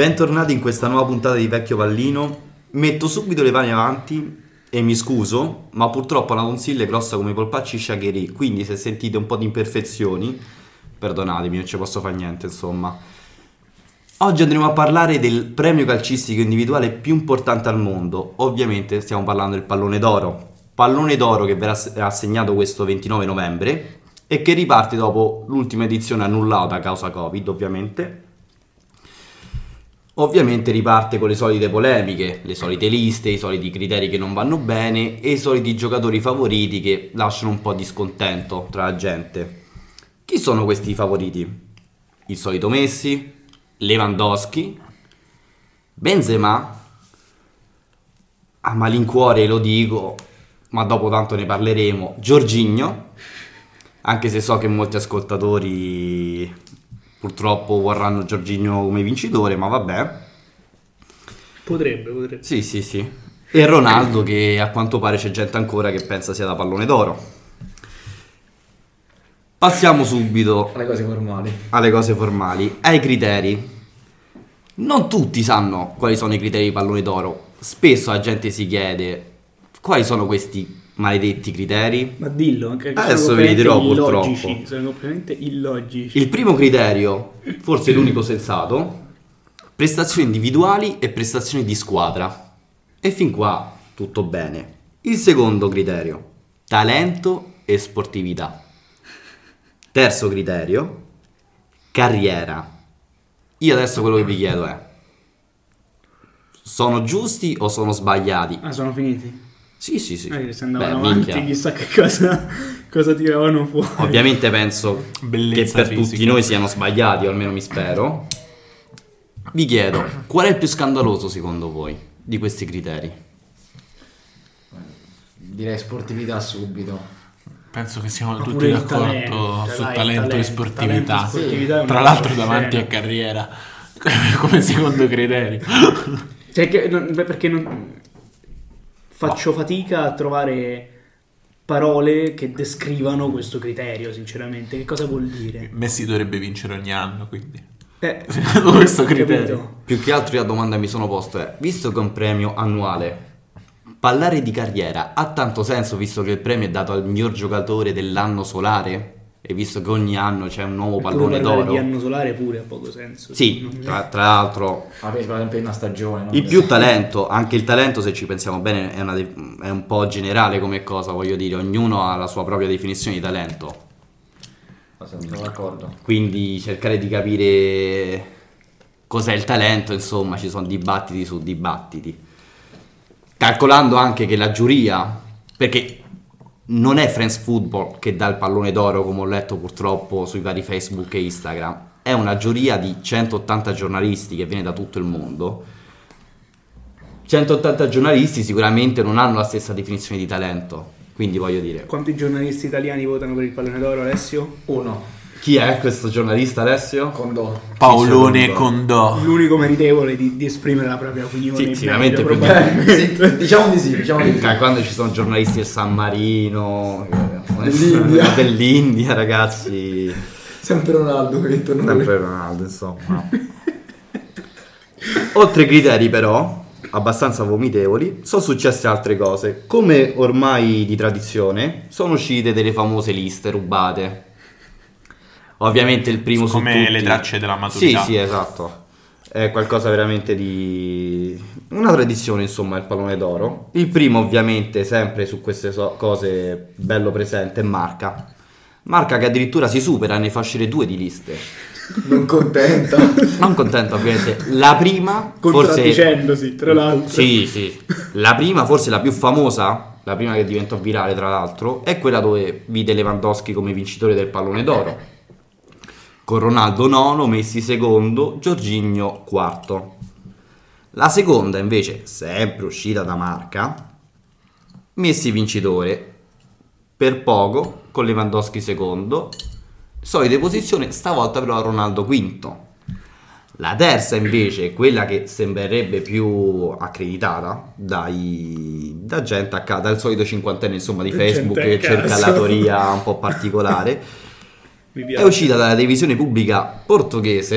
Bentornati in questa nuova puntata di Vecchio Pallino. Metto subito le mani avanti e mi scuso, ma purtroppo la tonsilla è grossa come i polpacci Shaqiri, quindi se sentite un po' di imperfezioni, perdonatemi, non ci posso fare niente, insomma. Oggi andremo a parlare del premio calcistico individuale più importante al mondo. Ovviamente stiamo parlando del Pallone d'Oro. Pallone d'Oro che verrà assegnato questo 29 novembre e che riparte dopo l'ultima edizione annullata a causa Covid, ovviamente. Ovviamente riparte con le solite polemiche, le solite liste, i soliti criteri che non vanno bene e i soliti giocatori favoriti che lasciano un po' di scontento tra la gente. Chi sono questi favoriti? Il solito Messi, Lewandowski, Benzema, a malincuore lo dico, ma dopo tanto ne parleremo, Jorginho, anche se so che molti ascoltatori purtroppo vorranno Jorginho come vincitore, ma vabbè. Potrebbe. Sì. E Ronaldo, che a quanto pare c'è gente ancora che pensa sia da Pallone d'Oro. Passiamo subito alle cose formali, ai criteri. Non tutti sanno quali sono i criteri di Pallone d'Oro. Spesso la gente si chiede quali sono questi maledetti criteri. Ma dillo, anche adesso ve li dirò purtroppo. Sono completamente illogici. Il primo criterio, forse l'unico sensato, prestazioni individuali e prestazioni di squadra. E fin qua tutto bene. Il secondo criterio, talento e sportività. Terzo criterio, carriera. Io adesso quello che vi chiedo è: sono giusti o sono sbagliati? Ah, sono finiti? Sì. Se andavano avanti, chissà che cosa tiravano fuori. Ovviamente penso Bellezza che per fisica. tutti noi siano sbagliati, o almeno mi spero. Vi chiedo, qual è il più scandaloso secondo voi di questi criteri? Direi sportività subito. Penso che siamo Ma tutti pure il d'accordo talento, su dai, talento e sportività. talento e sportività è una Tra l'altro cosa davanti scena. a carriera come secondo criterio. Cioè, perché non faccio fatica a trovare parole che descrivano questo criterio, sinceramente. Che cosa vuol dire? Messi dovrebbe vincere ogni anno, quindi Secondo questo criterio. Più che altro la domanda che mi sono posto è: visto che è un premio annuale, parlare di carriera ha tanto senso, visto che il premio è dato al miglior giocatore dell'anno solare e visto che ogni anno c'è un nuovo Pallone d'Oro? Di anno solare pure ha poco senso. Sì, tra l'altro Per esempio in una stagione, no? il più talento, anche il talento, se ci pensiamo bene, è un po' generale come cosa, voglio dire, ognuno ha la sua propria definizione di talento. Sono d'accordo. Quindi cercare di capire cos'è il talento, insomma, ci sono dibattiti su dibattiti. Calcolando anche che la giuria, perché non è France Football che dà il Pallone d'Oro, come ho letto purtroppo sui vari Facebook e Instagram, è una giuria di 180 giornalisti che viene da tutto il mondo. 180 giornalisti sicuramente non hanno la stessa definizione di talento, quindi voglio dire, Quanti giornalisti italiani votano per il Pallone d'Oro, Alessio? Uno. chi è questo giornalista, Alessio? Condò. Paolone Condò. L'unico meritevole di esprimere la propria opinione. Sì, in sicuramente merito, più probabilmente. Diciamo di sì. Quando ci sono giornalisti del San Marino, Dell'India. dell'India, ragazzi, Sempre Ronaldo che torna. sempre Ronaldo, insomma. Oltre ai criteri, però, abbastanza vomitevoli, sono successe altre cose. Come ormai di tradizione, sono uscite delle famose liste rubate. Ovviamente il primo su Come tutti. le tracce della maturità. Sì, esatto. È qualcosa veramente di una tradizione, insomma, il Pallone d'Oro. Il primo, ovviamente, sempre su queste cose bello presente, è Marca. Marca che addirittura si supera, ne fa uscire 2 di liste. Non contenta. Non contento, ovviamente. La prima, forse... Contraddicendosi, tra l'altro. Sì. La prima, forse la più famosa, la prima che diventò virale, tra l'altro, è quella dove vide Lewandowski come vincitore del Pallone d'Oro. Con Ronaldo nono, Messi secondo, Jorginho quarto. La seconda, invece, sempre uscita da Marca, Messi vincitore. Per poco, con Lewandowski secondo. Solite posizione, stavolta però Ronaldo quinto. La terza invece, quella che sembrerebbe più accreditata da gente dal solito cinquantenne, insomma, di Facebook che cerca la teoria un po' particolare, Mi è piace. uscita dalla televisione pubblica portoghese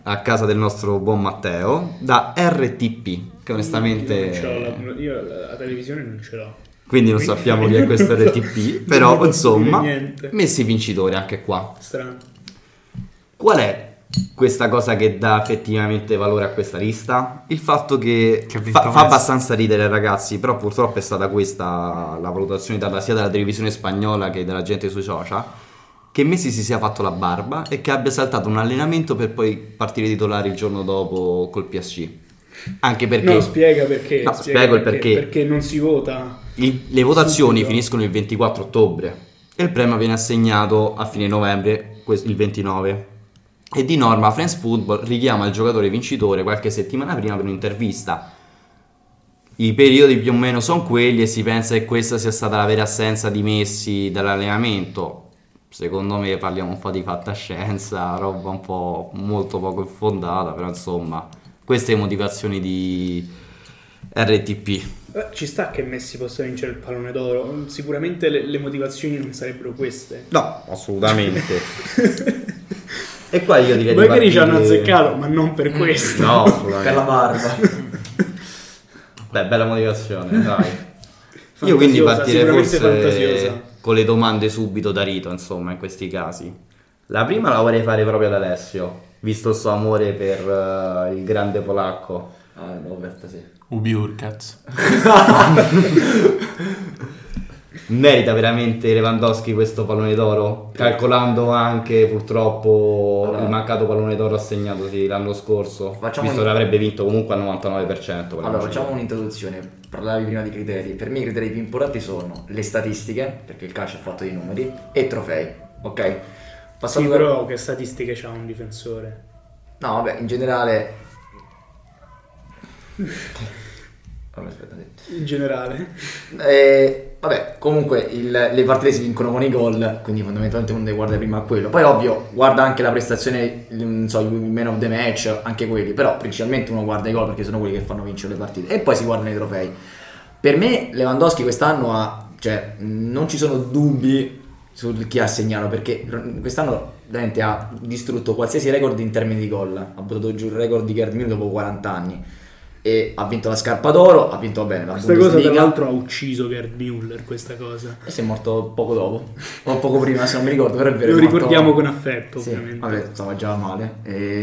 a casa del nostro buon Matteo da RTP, che onestamente Io la televisione non ce l'ho. quindi non sappiamo chi è questo RTP, però Non posso insomma dire niente. messi vincitori anche qua. Strano. Qual è questa cosa che dà effettivamente valore a questa lista? Il fatto che Che ha vinto fa Messi. abbastanza ridere, ragazzi, però purtroppo è stata questa la valutazione data sia dalla televisione spagnola che dalla gente sui social, che Messi si sia fatto la barba e che abbia saltato un allenamento per poi partire titolare il giorno dopo col PSG. Anche perché No, spiega perché. No, spiega spiego il perché. Perché non si vota. le votazioni Subito. finiscono il 24 ottobre e il premio viene assegnato a fine novembre, il 29. E di norma France Football richiama il giocatore vincitore qualche settimana prima per un'intervista. I periodi più o meno sono quelli e si pensa che questa sia stata la vera assenza di Messi dall'allenamento. Secondo me parliamo un po' di fantascienza, roba un po' molto poco infondata, però insomma, queste le motivazioni di RTP. Ci sta che Messi possa vincere il pallone d'oro. Sicuramente le motivazioni non sarebbero queste. No, assolutamente. E qua io direi Magari di ci hanno partire- azzeccato, ma non per questo. No, assolutamente. Per la barba. Beh, bella motivazione, dai. Io quindi Fantasiosa, partirei sicuramente forse fantasiosa. con le domande subito da Rito, insomma, in questi casi. La prima la vorrei fare proprio ad Alessio, visto il suo amore per il grande polacco. Ah, no, Berta sì. Ubi Urkaz. Merita veramente Lewandowski questo pallone d'oro? Calcolando anche purtroppo Allora. il mancato pallone d'oro assegnatosi l'anno scorso, Facciamo visto che l'avrebbe vinto comunque al 99%. Allora, facciamo un'introduzione. Parlavi prima di criteri. Per me i criteri più importanti sono le statistiche, perché il calcio è fatto di numeri, e trofei, ok? Sì, Passando però che statistiche c'ha un difensore? No, vabbè, in generale... Vabbè, aspetta, sì. In generale. Vabbè, comunque le partite si vincono con i gol, quindi fondamentalmente uno deve guardare prima a quello. Poi ovvio, guarda anche la prestazione, non so, i man of the match, anche quelli, però principalmente uno guarda i gol perché sono quelli che fanno vincere le partite e poi si guardano i trofei. Per me Lewandowski quest'anno cioè, non ci sono dubbi su chi ha segnato, perché quest'anno veramente ha distrutto qualsiasi record in termini di gol. Ha buttato giù il record di Gerd Müller dopo 40 anni. E ha vinto la scarpa d'oro, ha vinto bene la Questa cosa tra Bundesliga. l'altro ha ucciso Gerd Müller, questa cosa. E si è morto poco dopo o poco prima, se non mi ricordo, però è vero. Lo è morto- ricordiamo con affetto, Sì, ovviamente. vabbè, stava già male.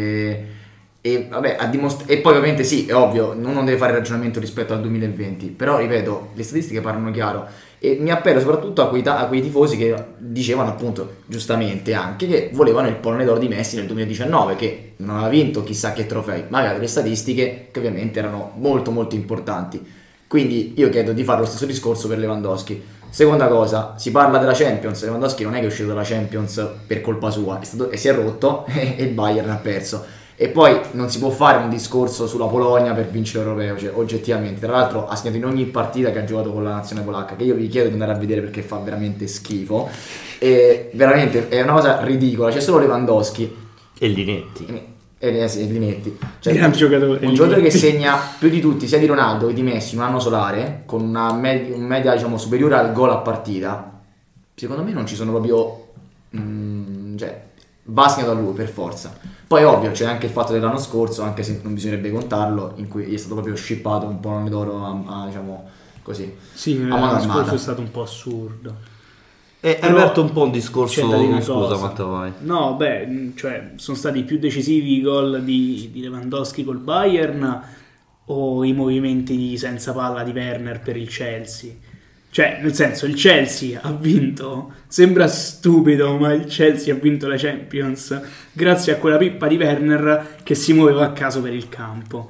E vabbè, e poi ovviamente sì, è ovvio, uno deve fare ragionamento rispetto al 2020, però ripeto, le statistiche parlano chiaro e mi appello soprattutto a quei tifosi che dicevano appunto, giustamente anche, che volevano il pallone d'oro di Messi nel 2019, che non aveva vinto chissà che trofei, ma aveva delle statistiche che ovviamente erano molto molto importanti. Quindi io chiedo di fare lo stesso discorso per Lewandowski. Seconda cosa, si parla della Champions. Lewandowski non è che è uscito dalla Champions per colpa sua, e si è rotto e il Bayern ha perso. E poi non si può fare un discorso sulla Polonia per vincere l'Europeo, cioè oggettivamente. Tra l'altro ha segnato in ogni partita che ha giocato con la nazione polacca, che io vi chiedo di andare a vedere perché fa veramente schifo. E veramente è una cosa ridicola, c'è solo Lewandowski E Linetti. sì, Linetti. Cioè, Gran giocatore, un giocatore che Linetti. segna più di tutti, sia di Ronaldo che di Messi in un anno solare, con una media diciamo superiore al gol a partita. Secondo me non ci sono proprio cioè va segnato a lui per forza. Poi ovvio c'è anche il fatto dell'anno scorso, anche se non bisognerebbe contarlo, in cui gli è stato proprio shippato un pallone d'oro a diciamo così. Sì, a mano l'anno armata. scorso è stato un po' assurdo. E hai Però aperto un po' un discorso. c'è da dire una Scusa, cosa. Matteo, vai. No, beh, cioè, sono stati più decisivi i gol di Lewandowski col Bayern o i movimenti di senza palla di Werner per il Chelsea? Cioè, nel senso, il Chelsea ha vinto, sembra stupido, ma il Chelsea ha vinto la Champions grazie a quella pippa di Werner che si muoveva a caso per il campo.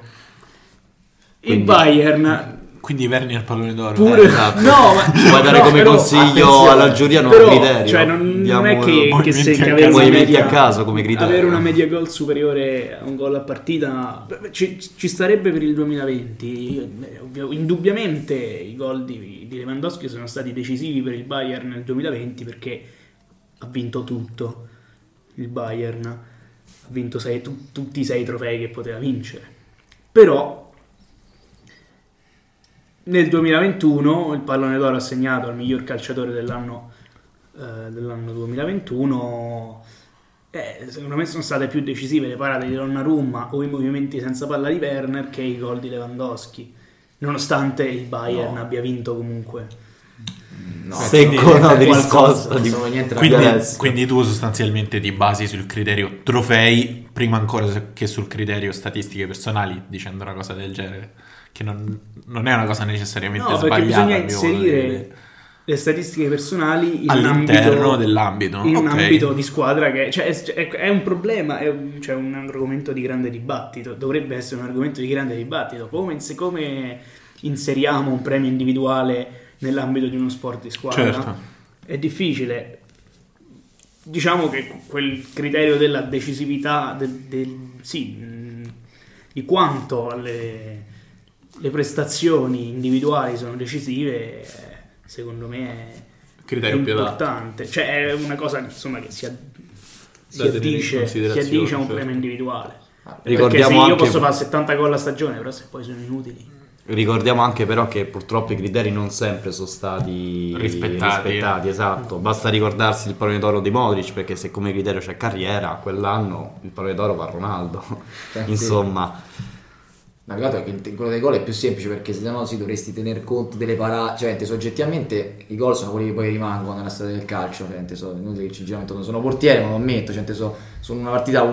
Il Quindi- Bayern Quindi Werner pallone d'oro. pure esatto. no, ma Puoi dare come però, consiglio attenzione, alla giuria un però, criterio. cioè non Diamo è che movimenti se a che caso. avere una Movimenti media, a caso come criterio. avere una media gol superiore a un gol a partita ci starebbe per il 2020. Indubbiamente i gol di Lewandowski sono stati decisivi per il Bayern nel 2020 perché ha vinto tutto. Il Bayern ha vinto tutti i 6 trofei che poteva vincere. Però nel 2021 il pallone d'oro assegnato al miglior calciatore dell'anno 2021 Secondo me sono state più decisive le parate di Donnarumma o i movimenti senza palla di Werner che i gol di Lewandowski, nonostante il Bayern abbia vinto comunque. No, Secco no di risposta. non sono niente da dire adesso. Quindi tu sostanzialmente ti basi sul criterio trofei prima ancora che sul criterio statistiche personali, dicendo una cosa del genere, che non è una cosa necessariamente No, perché sbagliata. bisogna inserire le statistiche personali in all'interno dell'ambito. in un Ok. ambito di squadra che è un problema, è un argomento di grande dibattito, dovrebbe essere un argomento di grande dibattito, come inseriamo un premio individuale nell'ambito di uno sport di squadra. Certo. È difficile. Diciamo che quel criterio della decisività di quanto le prestazioni individuali sono decisive, secondo me è Criterio più importante. Cioè è una cosa insomma che si Da tenere in addice considerazione, a un certo. premio individuale. Perché Ricordiamo se io anche- posso fare 70 gol a stagione, però se poi sono inutili. Ricordiamo anche però che purtroppo i criteri non sempre sono stati Rispettati. Esatto. Basta ricordarsi il pallone d'oro di Modric, perché se come criterio c'è carriera, quell'anno il pallone d'oro va a Ronaldo. Insomma, Ma peccato è che quello dei gol è più semplice, perché se no si dovresti tener conto delle parate, cioè soggettivamente i gol sono quelli che poi rimangono nella storia del calcio, inutile che ci giriamo intorno. Sono portiere, ma lo ammetto, sono una partita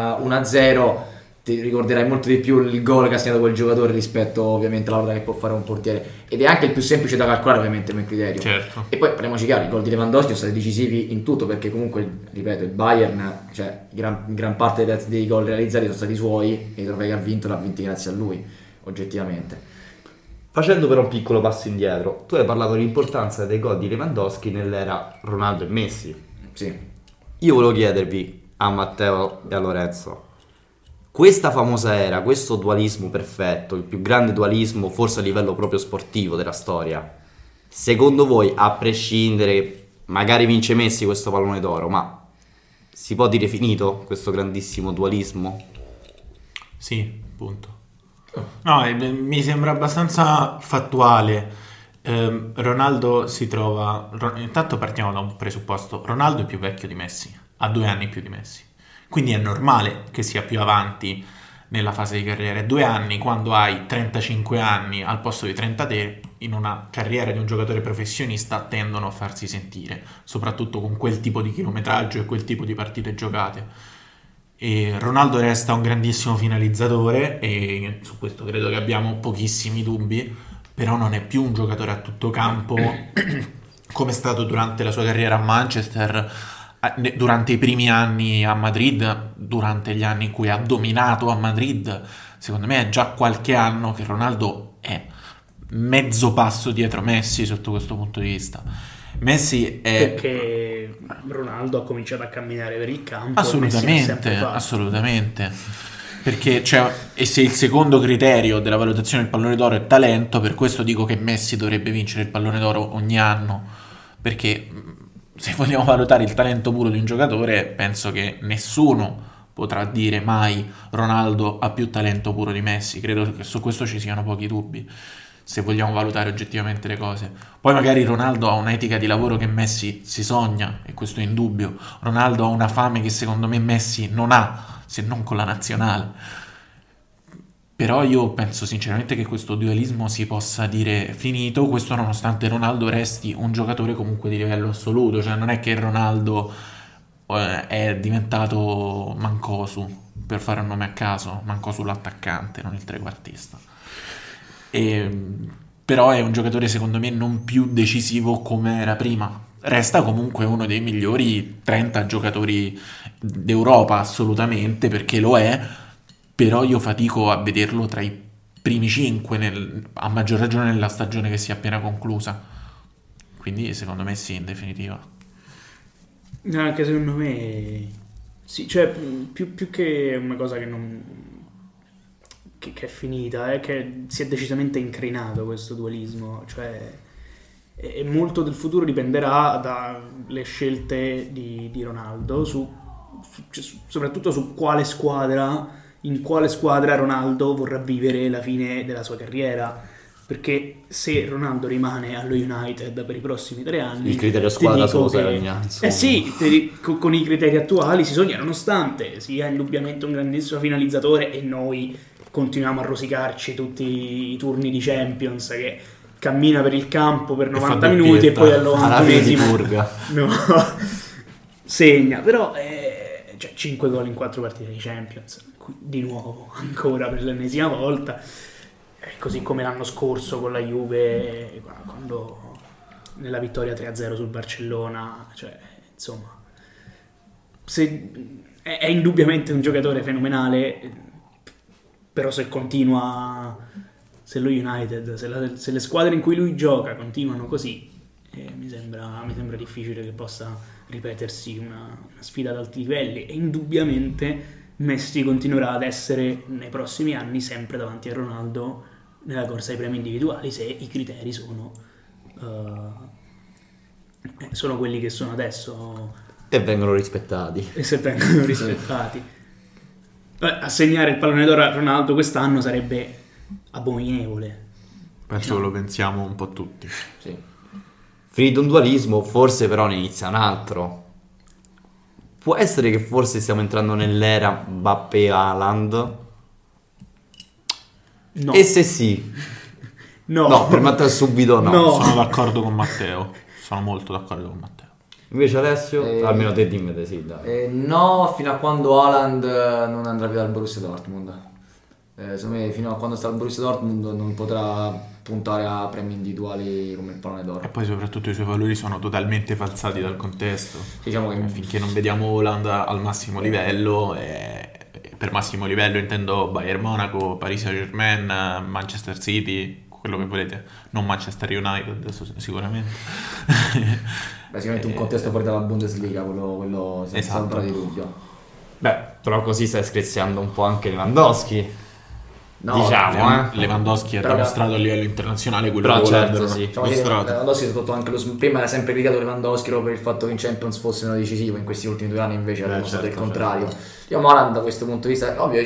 1-0 ti ricorderai molto di più il gol che ha segnato quel giocatore rispetto ovviamente alla volta che può fare un portiere, ed è anche il più semplice da calcolare ovviamente come criterio. Certo. E poi parliamoci chiaro, i gol di Lewandowski sono stati decisivi in tutto, perché comunque, ripeto, il Bayern, cioè gran parte dei gol realizzati sono stati suoi, e i trofei che ha vinto l'ha vinti grazie a lui, oggettivamente. facendo però un piccolo passo indietro, tu hai parlato dell'importanza dei gol di Lewandowski nell'era Ronaldo e Messi. Sì. Io volevo chiedervi a Matteo e a Lorenzo, questa famosa era, questo dualismo perfetto, il più grande dualismo forse a livello proprio sportivo della storia, secondo voi, a prescindere, magari vince Messi questo pallone d'oro, ma si può dire finito questo grandissimo dualismo? Sì, punto. No, mi sembra abbastanza fattuale. Ronaldo si trova... Intanto partiamo da un presupposto. Ronaldo è più vecchio di Messi, ha 2 anni più di Messi. Quindi è normale che sia più avanti nella fase di carriera. 2 anni, quando hai 35 anni al posto di 33, in una carriera di un giocatore professionista tendono a farsi sentire, soprattutto con quel tipo di chilometraggio e quel tipo di partite giocate. E Ronaldo resta un grandissimo finalizzatore, e su questo credo che abbiamo pochissimi dubbi, però non è più un giocatore a tutto campo come è stato durante la sua carriera a Manchester, durante i primi anni a Madrid, durante gli anni in cui ha dominato a Madrid. Secondo me è già qualche anno che Ronaldo è mezzo passo dietro Messi sotto questo punto di vista. Messi è... Perché Ronaldo ha cominciato a camminare per il campo. Messi l'ha sempre fatto. Assolutamente. Perché e se il secondo criterio della valutazione del pallone d'oro è talento, per questo dico che Messi dovrebbe vincere il pallone d'oro ogni anno, perché se vogliamo valutare il talento puro di un giocatore, penso che nessuno potrà dire mai Ronaldo ha più talento puro di Messi. Credo che su questo ci siano pochi dubbi, se vogliamo valutare oggettivamente le cose. Poi magari Ronaldo ha un'etica di lavoro che Messi si sogna, e questo è indubbio. Ronaldo ha una fame che secondo me Messi non ha, se non con la nazionale. Però io penso sinceramente che questo dualismo si possa dire finito, questo nonostante Ronaldo resti un giocatore comunque di livello assoluto. Cioè non è che Ronaldo è diventato Mancosu, per fare un nome a caso, Mancosu l'attaccante, non il trequartista. Però è un giocatore secondo me non più decisivo come era prima. Resta comunque uno dei migliori 30 giocatori d'Europa, assolutamente, perché lo è, però io fatico a vederlo tra i primi 5, a maggior ragione nella stagione che si è appena conclusa. Quindi secondo me sì, in definitiva. No, anche secondo me sì, cioè più che una cosa che non che è finita, è che si è decisamente incrinato questo dualismo, cioè e molto del futuro dipenderà dalle scelte di Ronaldo soprattutto su quale squadra, in quale squadra Ronaldo vorrà vivere la fine della sua carriera. perché se Ronaldo rimane allo United per i prossimi 3 anni, il criterio squadra ti dico sogna, con i criteri attuali si sogna, nonostante sia indubbiamente un grandissimo finalizzatore e noi continuiamo a rosicarci tutti i turni di Champions, che cammina per il campo per 90 minuti e poi al 90esimo no, segna, però 5 gol in 4 partite di Champions, di nuovo, ancora per l'ennesima volta, così come l'anno scorso con la Juve, quando nella vittoria 3-0 sul Barcellona, cioè, insomma, è indubbiamente un giocatore fenomenale, però se continua, se lo United, se le squadre in cui lui gioca continuano così, mi sembra difficile che possa ripetersi una sfida ad alti livelli, e indubbiamente Messi continuerà ad essere nei prossimi anni sempre davanti a Ronaldo nella corsa ai premi individuali, se i criteri sono quelli che sono adesso e vengono rispettati. E se vengono rispettati. Assegnare il pallone d'oro a Ronaldo quest'anno sarebbe abominevole. Penso che lo pensiamo un po' tutti. Sì. Finito un dualismo, forse però ne inizia un altro. Può essere che forse stiamo entrando nell'era Mbappé-Haaland? No. E se sì? No, per Matteo subito no. Sono d'accordo con Matteo. Sono molto d'accordo con Matteo. Invece Alessio, almeno te dimmi te sì, dai. No, fino a quando Haaland non andrà via dal Borussia Dortmund. Secondo me fino a quando sta al Borussia Dortmund non potrà puntare a premi individuali come il pallone d'oro. E poi soprattutto i suoi valori sono totalmente falsati dal contesto. Diciamo che finché non vediamo Haaland al massimo livello, per massimo livello intendo Bayern Monaco, Paris Saint-Germain, Manchester City, quello che volete, non Manchester United adesso sicuramente. Sicuramente un contesto fuori dalla Bundesliga, quello senza ombra di dubbio. Beh, però così stai screziando un po' anche Lewandowski. No, diciamo, Lewandowski ha dimostrato a livello internazionale quello però che certo, sì. Lewandowski è stato anche prima era sempre criticato Lewandowski per il fatto che in Champions fosse meno decisivo, in questi ultimi 2 anni invece ha dimostrato il contrario. Diciamo Haaland da questo punto di vista, ovvio,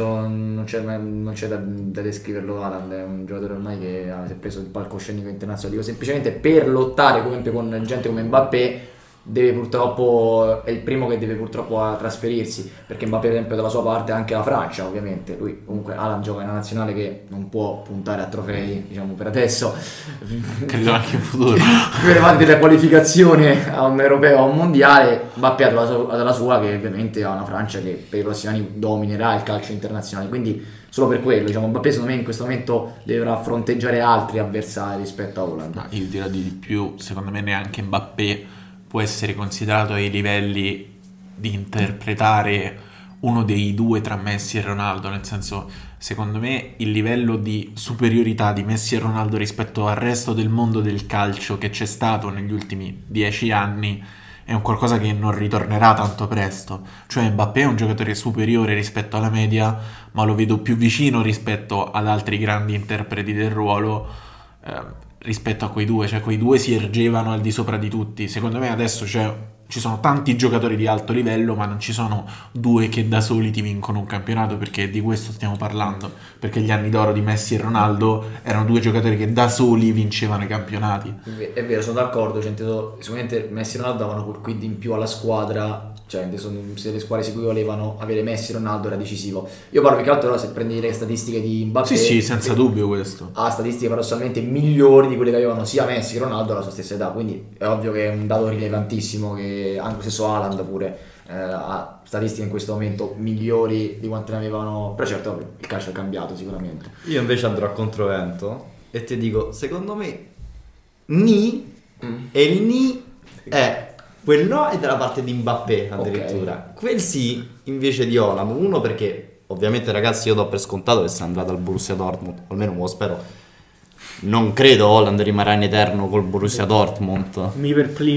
non c'è da descriverlo. Haaland è un giocatore ormai che si è preso il palcoscenico internazionale, dico semplicemente per lottare come con gente come Mbappé deve purtroppo, è il primo che deve purtroppo trasferirsi, perché Mbappé per esempio dalla sua parte anche la Francia, ovviamente lui comunque Haaland gioca in una nazionale che non può puntare a trofei, diciamo per adesso, credo anche in futuro per avanti della qualificazione a un europeo o a un mondiale. Mbappé ha dalla sua che ovviamente ha una Francia che per i prossimi anni dominerà il calcio internazionale, quindi solo per quello diciamo Mbappé secondo me in questo momento dovrà fronteggiare altri avversari rispetto a Haaland. No, io dirò di più, secondo me neanche Mbappé può essere considerato ai livelli di interpretare uno dei due tra Messi e Ronaldo, nel senso, secondo me il livello di superiorità di Messi e Ronaldo rispetto al resto del mondo del calcio che c'è stato negli ultimi 10 anni è un qualcosa che non ritornerà tanto presto. Cioè Mbappé è un giocatore superiore rispetto alla media, ma lo vedo più vicino rispetto ad altri grandi interpreti del ruolo, rispetto a quei due, cioè quei due si ergevano al di sopra di tutti. Secondo me adesso ci sono tanti giocatori di alto livello, ma non ci sono due che da soli ti vincono un campionato, perché di questo stiamo parlando, perché gli anni d'oro di Messi e Ronaldo erano due giocatori che da soli vincevano i campionati. È vero, sono d'accordo, sicuramente Messi e Ronaldo davano quel quid in più alla squadra, cioè se le squadre su cui volevano avere Messi e Ronaldo era decisivo. Io parlo più che altro però se prendi le statistiche di Mbappé, sì, senza dubbio questo ha statistiche paradossalmente migliori di quelle che avevano sia Messi che Ronaldo alla sua stessa età, quindi è ovvio che è un dato rilevantissimo che anche lo stesso Haaland pure ha statistiche in questo momento migliori di quante ne avevano, però certo ovvio, il calcio è cambiato sicuramente. Io invece andrò a controvento e ti dico, secondo me e il Ni è quel no è dalla parte di Mbappé addirittura, okay. Quel sì invece di Haaland, uno perché ovviamente ragazzi io do per scontato che sia andato al Borussia Dortmund, almeno lo spero, non credo Haaland rimarrà in eterno col Borussia Dortmund. Mi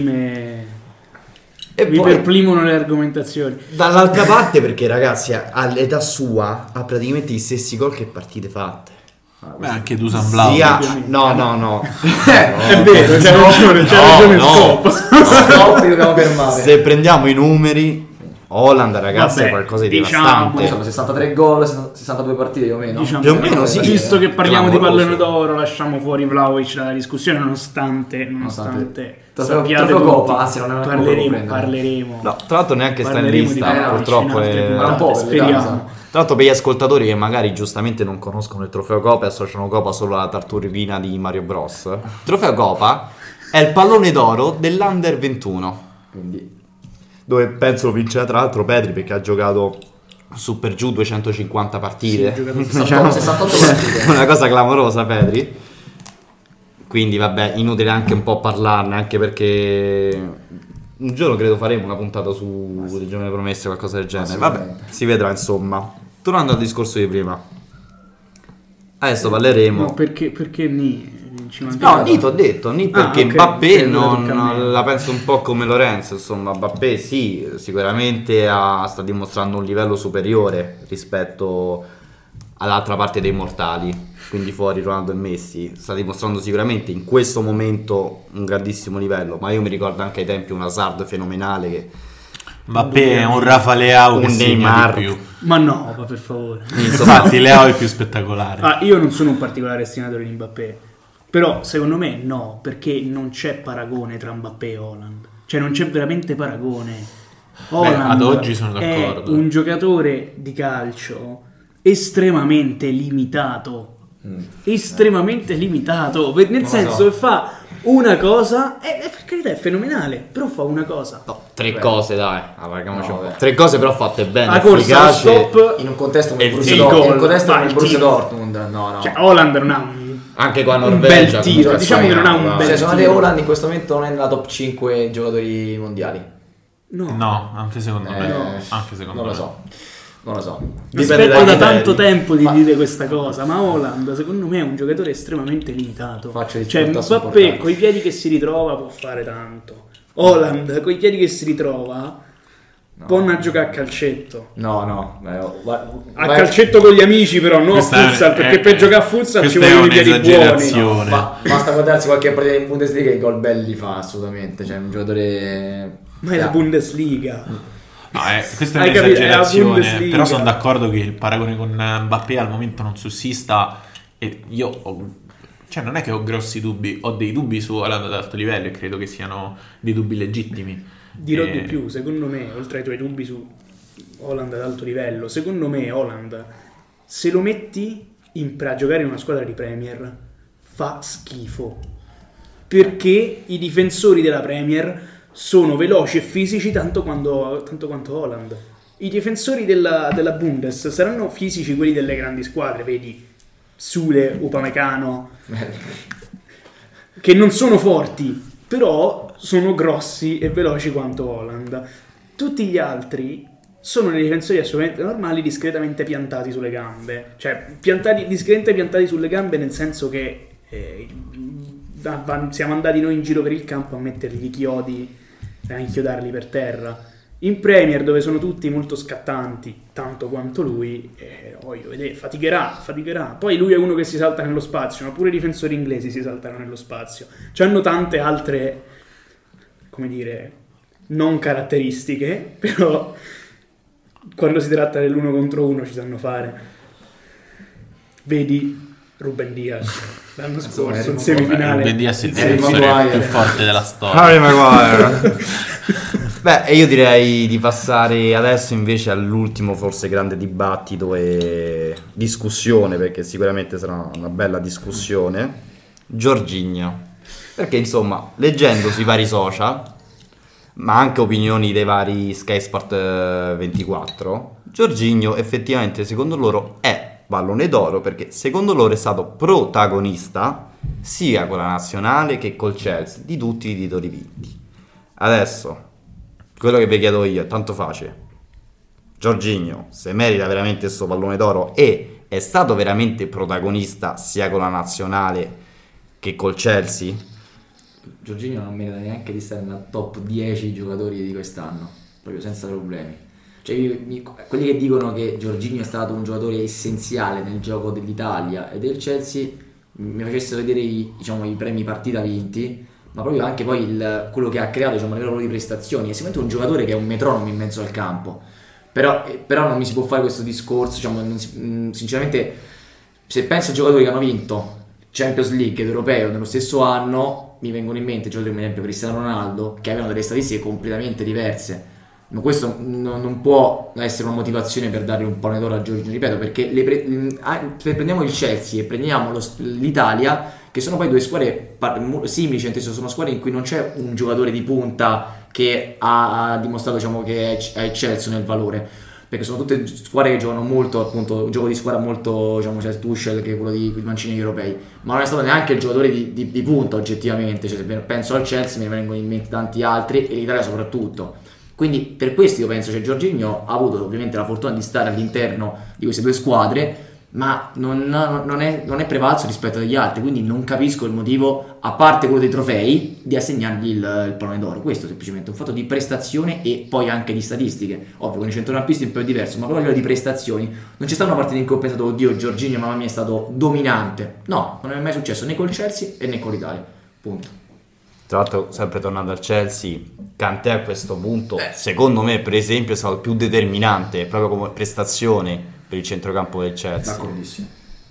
perplimono le argomentazioni. Dall'altra parte perché ragazzi all'età sua ha praticamente gli stessi gol che partite fatte. Beh, anche Dusan Vlahovic. No. È vero, c'è ragione. Dobbiamo fermare. Se prendiamo i numeri, Haaland, ragazzi, Vabbè, è qualcosa di diciamo, devastante. Sono 63 gol, 62 partite più o meno. Diciamo, Più o meno sì. Visto che parliamo di Clamoroso. pallone d'oro, lasciamo fuori Vlahovic dalla discussione, nonostante sappiate trofeo tutti, Coppa, anzi, non è una Coppa da prendere. parleremo. No, tra l'altro neanche sta in Parleremo di lista, Vlahovic purtroppo in altre è... puntate, un po' per speriamo. caso. Tra l'altro per gli ascoltatori che magari giustamente non conoscono il trofeo Copa e associano Copa solo alla tarturina di Mario Bros. Il trofeo Copa è il pallone d'oro dell'Under 21, Quindi dove penso lo vincerà tra l'altro Pedri perché ha giocato su per giù 250 partite. Sì, ha giocato 68 partite. Una cosa clamorosa Pedri. Quindi vabbè, inutile anche un po' parlarne, anche perché un giorno credo faremo una puntata su Le Giovani Promesse o qualcosa del genere. Vabbè, Assolutamente. si vedrà insomma. Tornando al discorso di prima, adesso parleremo. No, perché ci No, manca- Nito ho detto, perché ok, Mbappé allora non, tocca a me. la penso un po' come Lorenzo, insomma, Mbappé sì, sicuramente sta dimostrando un livello superiore rispetto all'altra parte dei mortali, quindi fuori Ronaldo e Messi, sta dimostrando sicuramente in questo momento un grandissimo livello, ma io mi ricordo anche ai tempi un Hazard fenomenale che Mbappé è un Rafa Leao che Un segna Neymar. di più. Ma no, ma per favore. insomma Infatti Leao è più spettacolare. Io non sono un particolare estimatore di Mbappé, però secondo me no, perché non c'è paragone tra Mbappé e Haaland. Cioè non c'è veramente paragone. Haaland ad oggi sono d'accordo. è un giocatore di calcio estremamente limitato. Estremamente limitato, nel senso che fa una cosa e per carità è fenomenale, però fa una cosa. no, tre cose dai, allarghiamoci No, un po'. vabbè. Tre cose però fatte bene, La corsa, lo efficace. stop, in un contesto come E il Borussia il Dortmund, gol, in un contesto vai, come il Borussia tiro. Dortmund, no. Cioè Haaland non ha un Anche qua un Norvegia bel tiro, comunque diciamo che non ha un vai. bel Cioè, secondo te tiro. Haaland in questo momento non è nella top 5 giocatori mondiali? no. Anche secondo me. No. Anche secondo Non me. lo so. Dipende Aspetto dai da criteri. tanto tempo di dire questa cosa, ma Haaland secondo me è un giocatore estremamente limitato. Faccio dei Cioè risultati Mbappé importanti. coi piedi che si ritrova può fare tanto. Haaland coi piedi che si ritrova può andare a giocare a calcetto. No. A calcetto con gli amici però, non a Questa è- futsal, perché per giocare a futsal ci questa è vogliono i piedi buoni. un'esagerazione. Basta guardarsi qualche partita in Bundesliga e i gol belli li fa assolutamente. Cioè, un giocatore. Ma è la Bundesliga. No, questa è Hai capito? È la un'esagerazione, Bundesliga. però sono d'accordo che il paragone con Mbappé al momento non sussista e cioè non è che ho grossi dubbi, ho dei dubbi su Haaland ad alto livello e credo che siano dei dubbi legittimi. Dirò di più, secondo me, oltre ai tuoi dubbi su Haaland ad alto livello, secondo me Haaland, se lo metti a giocare in una squadra di Premier, fa schifo. Perché i difensori della Premier sono veloci e fisici tanto quanto Haaland. I difensori della Bundes saranno fisici quelli delle grandi squadre, vedi Sule, Upamecano, che non sono forti, però sono grossi e veloci quanto Haaland. Tutti gli altri sono dei difensori assolutamente normali, discretamente piantati sulle gambe. Cioè, discretamente piantati sulle gambe nel senso che siamo andati noi in giro per il campo a mettergli i chiodi, a inchiodarli per terra. In Premier, dove sono tutti molto scattanti, tanto quanto lui, voglio vedere, faticherà. Poi lui è uno che si salta nello spazio, ma pure i difensori inglesi si saltano nello spazio. C'hanno tante altre, come dire, non caratteristiche, però quando si tratta dell'uno contro uno ci sanno fare. Vedi Ruben Dias l'anno scorso in semifinale. Ruben Dias è il Harry difensore Maguire. più forte della storia. Harry Maguire. Beh, io direi di passare adesso invece all'ultimo forse grande dibattito e discussione, perché sicuramente sarà una bella discussione. Jorginho. Perché insomma, leggendo sui vari social, ma anche opinioni dei vari Sky Sport 24, Jorginho effettivamente secondo loro è pallone d'oro perché secondo loro è stato protagonista sia con la nazionale che col Chelsea di tutti i titoli vinti. Adesso quello che vi chiedo io è tanto facile: Jorginho se merita veramente il suo pallone d'oro e è stato veramente protagonista sia con la nazionale che col Chelsea? Jorginho non merita neanche di stare nella top 10 giocatori di quest'anno, proprio senza problemi. Cioè, quelli che dicono che Jorginho è stato un giocatore essenziale nel gioco dell'Italia e del Chelsea mi facessero vedere i premi partita vinti, ma proprio anche poi quello che ha creato, diciamo, a livello di prestazioni. È sicuramente un giocatore che è un metronomo in mezzo al campo, però non mi si può fare questo discorso, diciamo, sinceramente, se penso ai giocatori che hanno vinto Champions League ed Europeo nello stesso anno, mi vengono in mente giocatori come ad esempio Cristiano Ronaldo, che avevano delle statistiche completamente diverse. Ma questo non può essere una motivazione per dare un pallone d'oro a Jorginho, ripeto, perché se prendiamo il Chelsea e prendiamo l'Italia, che sono poi due squadre simili, cioè sono squadre in cui non c'è un giocatore di punta che ha dimostrato, diciamo, che è eccelso nel valore, perché sono tutte squadre che giocano molto, appunto, un gioco di squadra molto, diciamo, c'è Tuchel che è quello di Mancini europei, ma non è stato neanche il giocatore di punta oggettivamente, cioè, se penso al Chelsea mi vengono in mente tanti altri, e l'Italia soprattutto. Quindi per questo io penso che Jorginho ha avuto ovviamente la fortuna di stare all'interno di queste due squadre, ma non è prevalso rispetto agli altri, quindi non capisco il motivo, a parte quello dei trofei, di assegnargli il pallone d'oro. Questo è semplicemente un fatto di prestazione e poi anche di statistiche. Ovvio, con i centrocampisti è un po' diverso, ma proprio a livello di prestazioni non c'è stata una partita in cui ho pensato, oddio, Jorginho mamma mia è stato dominante. No, non è mai successo né col Chelsea e né con l'Italia, punto. Tra l'altro, sempre tornando al Chelsea, Kanté a questo punto, secondo me, per esempio, è stato il più determinante proprio come prestazione per il centrocampo del Chelsea. D'accordissimo.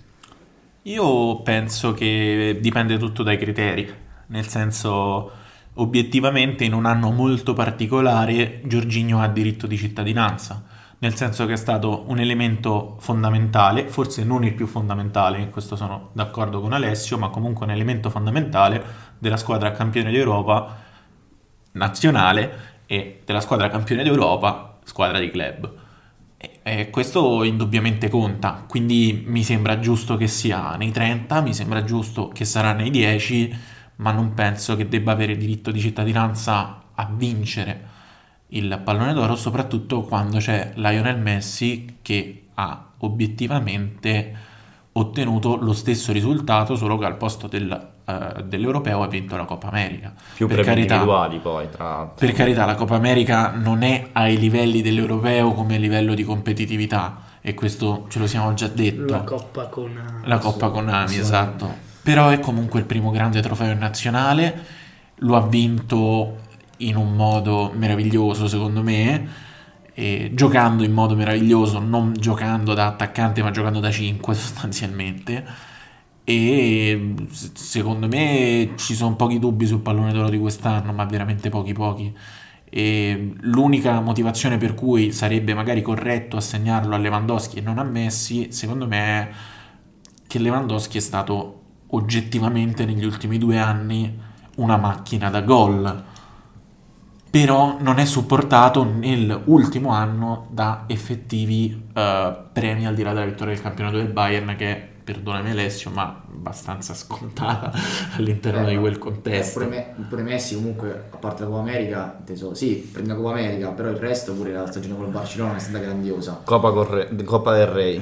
Io penso che dipende tutto dai criteri, nel senso, obiettivamente in un anno molto particolare Jorginho ha diritto di cittadinanza, nel senso che è stato un elemento fondamentale, forse non il più fondamentale, in questo sono d'accordo con Alessio, ma comunque un elemento fondamentale della squadra campione d'Europa nazionale e della squadra campione d'Europa squadra di club. E questo indubbiamente conta, quindi mi sembra giusto che sia nei 30, mi sembra giusto che sarà nei 10, ma non penso che debba avere diritto di cittadinanza a vincere il pallone d'oro, soprattutto quando c'è Lionel Messi che ha obiettivamente ottenuto lo stesso risultato, solo che al posto dell'Europeo ha vinto la Coppa America. Più per premi carità, individuali poi, tra l'altro. per carità, la Coppa America non è ai livelli dell'Europeo come livello di competitività, e questo ce lo siamo già detto. La Coppa Konami, esatto. Però è comunque il primo grande trofeo nazionale, lo ha vinto in un modo meraviglioso secondo me, e giocando in modo meraviglioso, non giocando da attaccante ma giocando da 5 sostanzialmente, e secondo me ci sono pochi dubbi sul pallone d'oro di quest'anno, ma veramente pochi, e l'unica motivazione per cui sarebbe magari corretto assegnarlo a Lewandowski e non a Messi, secondo me, è che Lewandowski è stato oggettivamente negli ultimi 2 anni una macchina da gol, però non è supportato nell'ultimo anno da effettivi premi al di là della vittoria del campionato del Bayern, che è, perdonami Alessio, ma abbastanza scontata all'interno di quel contesto. Pure Messi comunque, a parte la Coppa America, sì, prende la Coppa America, però il resto, pure la stagione con il Barcellona, è stata grandiosa. Coppa del Re.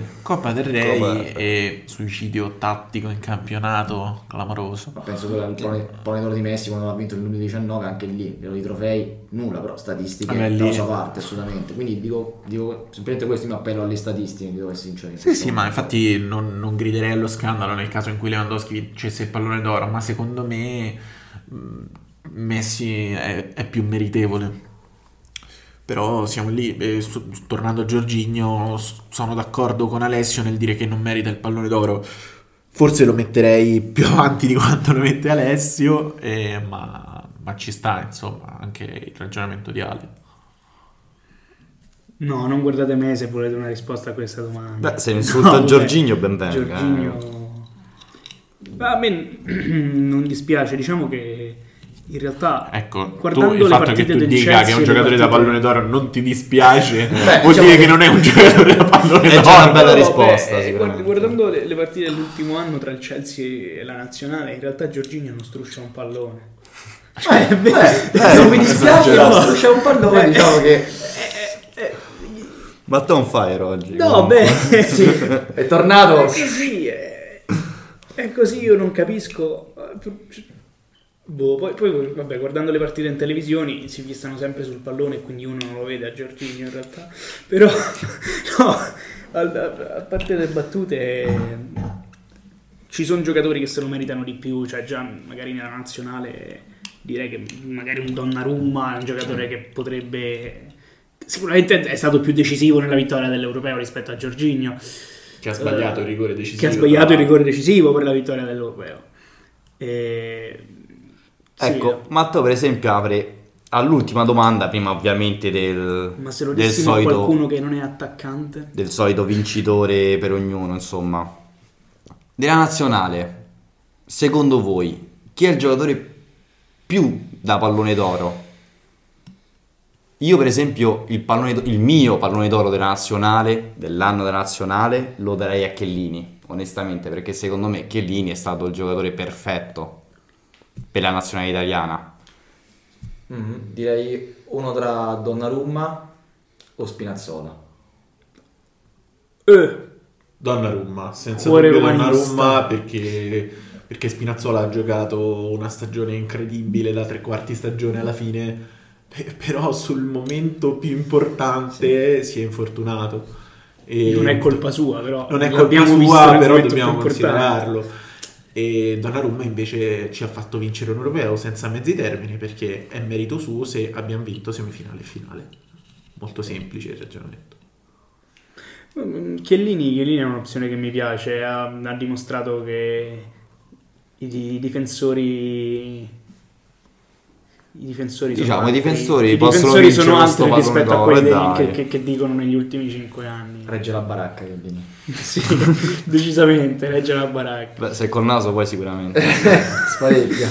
E suicidio tattico in campionato clamoroso. Ma penso che il pallone d'oro di Messi quando ha vinto nel 2019, anche lì, i trofei, nulla, però statistiche dalla sua parte, assolutamente. Quindi dico semplicemente questo, mi appello alle statistiche, devo essere sincero. Sì, ma infatti non griderei allo scandalo nel caso in cui Lewandowski vincesse il pallone d'oro, ma secondo me Messi è più meritevole. Però siamo lì, tornando a Jorginho, sono d'accordo con Alessio nel dire che non merita il pallone d'oro. Forse lo metterei più avanti di quanto lo mette Alessio, ma ci sta, insomma, anche il ragionamento di Ale. No, non guardate me se volete una risposta a questa domanda. Beh, se insulta Jorginho, ben venga. Jorginho, a me non dispiace, diciamo che in realtà, ecco, guardando il le fatto partite che tu del dica Chelsea che è un e le giocatore da partite- pallone d'oro non ti dispiace, Beh, vuol diciamo dire che non è un giocatore da pallone È d'oro. già una bella No, risposta, beh, sicuramente. guardando le partite dell'ultimo anno tra il Chelsea e la nazionale, in realtà Jorginho non struscia un pallone. Non mi dispiace, ma c'è un pallone, diciamo che Ma tu on fire oggi. No, comunque. beh, sì, è tornato. è così, è così, io non capisco. Poi, vabbè, guardando le partite in televisione si fissano sempre sul pallone e quindi uno non lo vede a Jorginho in realtà. Però, no, a parte le battute, ci sono giocatori che se lo meritano di più, cioè già magari nella nazionale direi che magari un Donnarumma è un giocatore che potrebbe... Sicuramente è stato più decisivo nella vittoria dell'Europeo rispetto a Jorginho. Che ha sbagliato il rigore decisivo. Che ha sbagliato il rigore decisivo per la vittoria dell'Europeo. Ecco, Matteo per esempio apre all'ultima domanda, prima ovviamente Ma se lo del dessimo a solito, qualcuno che non è attaccante? del solito vincitore per ognuno, insomma. Della nazionale, secondo voi, chi è il giocatore più da pallone d'oro? Io per esempio il mio pallone d'oro della nazionale, dell'anno della nazionale, lo darei a Chiellini, onestamente, perché secondo me Chiellini è stato il giocatore perfetto per la nazionale italiana. Direi uno tra Donnarumma o Spinazzola. Donnarumma, senza Cuore dubbio romanista. Donnarumma, perché Spinazzola ha giocato una stagione incredibile, da 3/4 stagione alla fine, però sul momento più importante si è infortunato. E Non è colpa sua, però non è l'abbiamo colpa visto sua, nel però momento dobbiamo più importante. considerarlo. E Donnarumma invece ci ha fatto vincere un europeo senza mezzi termini, perché è merito suo se abbiamo vinto semifinale e finale. Molto semplice il ragionamento. Chiellini è un'opzione che mi piace, ha dimostrato che i difensori Diciamo, i difensori possono sono vincere altri questo rispetto a pallone quelli d'oro, dai. che dicono negli ultimi 5 anni. Regge la baracca Chiellini. Sì, decisamente regge la baracca. Beh, se col naso poi sicuramente. Sparecchia.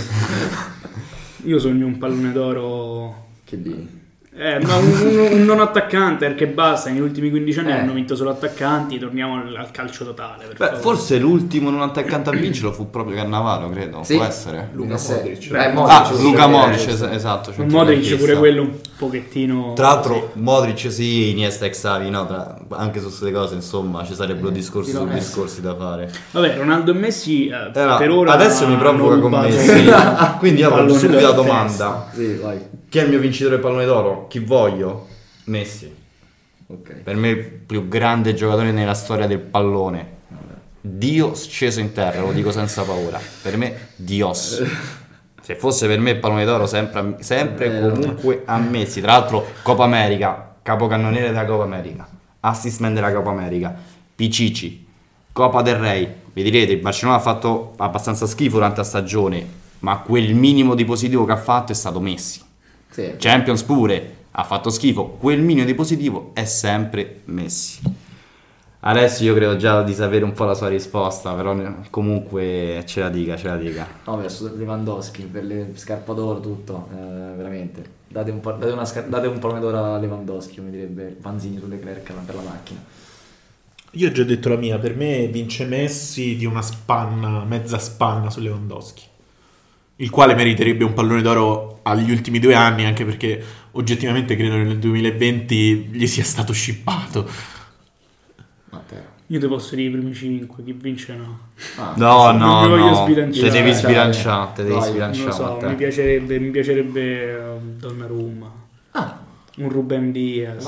Io sogno un pallone d'oro, Chiellini. ma un non attaccante, perché basta, negli ultimi 15 anni Eh. hanno vinto solo attaccanti, torniamo al calcio totale, per Beh, favore. forse l'ultimo non attaccante a vincerlo fu proprio Cannavaro, credo. Sì. Può essere. Luka Modric. Luka Modric, esatto. Un Modric pure quello un pochettino. Tra l'altro Modric sì, Iniesta e Xavi, no, anche su queste cose insomma ci sarebbero discorsi su discorsi da fare. Vabbè, Ronaldo e Messi Allora, per ora adesso mi provoca hanno con rubato Messi. il Quindi io apro pallone subito la d'oro a domanda. Sì, vai. Chi è il mio vincitore del pallone d'oro? Chi voglio? Messi. Ok. Per me il più grande giocatore nella storia del pallone. Dio sceso in terra, lo dico senza paura. Per me Dios. Se fosse per me il pallone d'oro sempre comunque a Messi. Tra l'altro Coppa America, capocannoniere della Coppa America, assist man della Coppa America, Pichichi, Coppa del Re. Vi direte, il Barcellona ha fatto abbastanza schifo durante la stagione, ma quel minimo di positivo che ha fatto è stato Messi. Sì. Champions pure ha fatto schifo, quel minimo di positivo è sempre Messi. Adesso io credo già di sapere un po' la sua risposta, però comunque ce la dica. No, beh, su Lewandowski per le scarpa d'oro, tutto, veramente. Date un pallone d'oro a Lewandowski, come direbbe Vanzini sulle Leclerc per la macchina. Io ho già detto la mia, per me vince Messi di una spanna, mezza spanna su Lewandowski, il quale meriterebbe un pallone d'oro agli ultimi 2 anni, anche perché oggettivamente credo che nel 2020 gli sia stato scippato. Matteo. Io ti posso dire i primi 5, chi vince no. Ah, No, non mi voglio sbilanciare. te devi Dai, sbilanciare, Non lo so, Matteo. mi piacerebbe Donnarumma, un Ruben Diaz.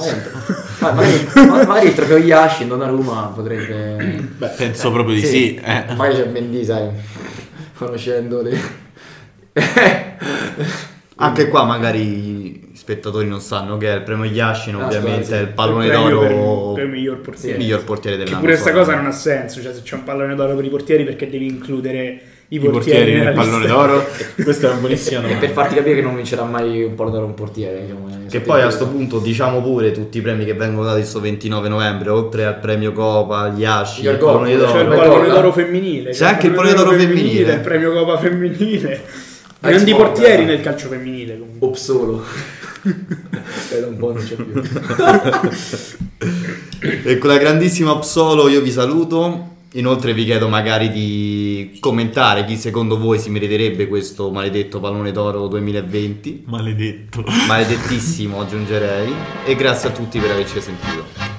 magari il trofeo Yashin Donnarumma potrebbe. Beh, penso proprio di sì. Magari c'è Mendy, sai, conoscendo le. Anche qua magari gli spettatori non sanno che è il premio Yashin, ovviamente sì. è il pallone Il premio d'oro per miglior portiere. miglior portiere Che dell'anno. pure questa solamente. cosa non ha senso, cioè se c'è un pallone d'oro per i portieri perché devi includere i I portieri nella nel pallone lista. d'oro. Questa è una buonissima E domanda. per farti capire che non vincerà mai un pallone d'oro un portiere, diciamo, Che poi a sto punto diciamo pure tutti i premi che vengono dati sto 29 novembre, oltre al premio Copa, gli Yashin, il Miglior gol, pallone C'è il d'oro. pallone Copa. d'oro femminile, C'è anche il pallone d'oro femminile. il premio Copa femminile. Ex Grandi Moga. portieri nel calcio femminile comunque. Ops solo. E da un po' non c'è più. E con la grandissima Psolo io vi saluto. Inoltre vi chiedo magari di commentare chi secondo voi si meriterebbe questo maledetto pallone d'oro 2020. Maledetto. Maledettissimo aggiungerei. E grazie a tutti per averci sentito.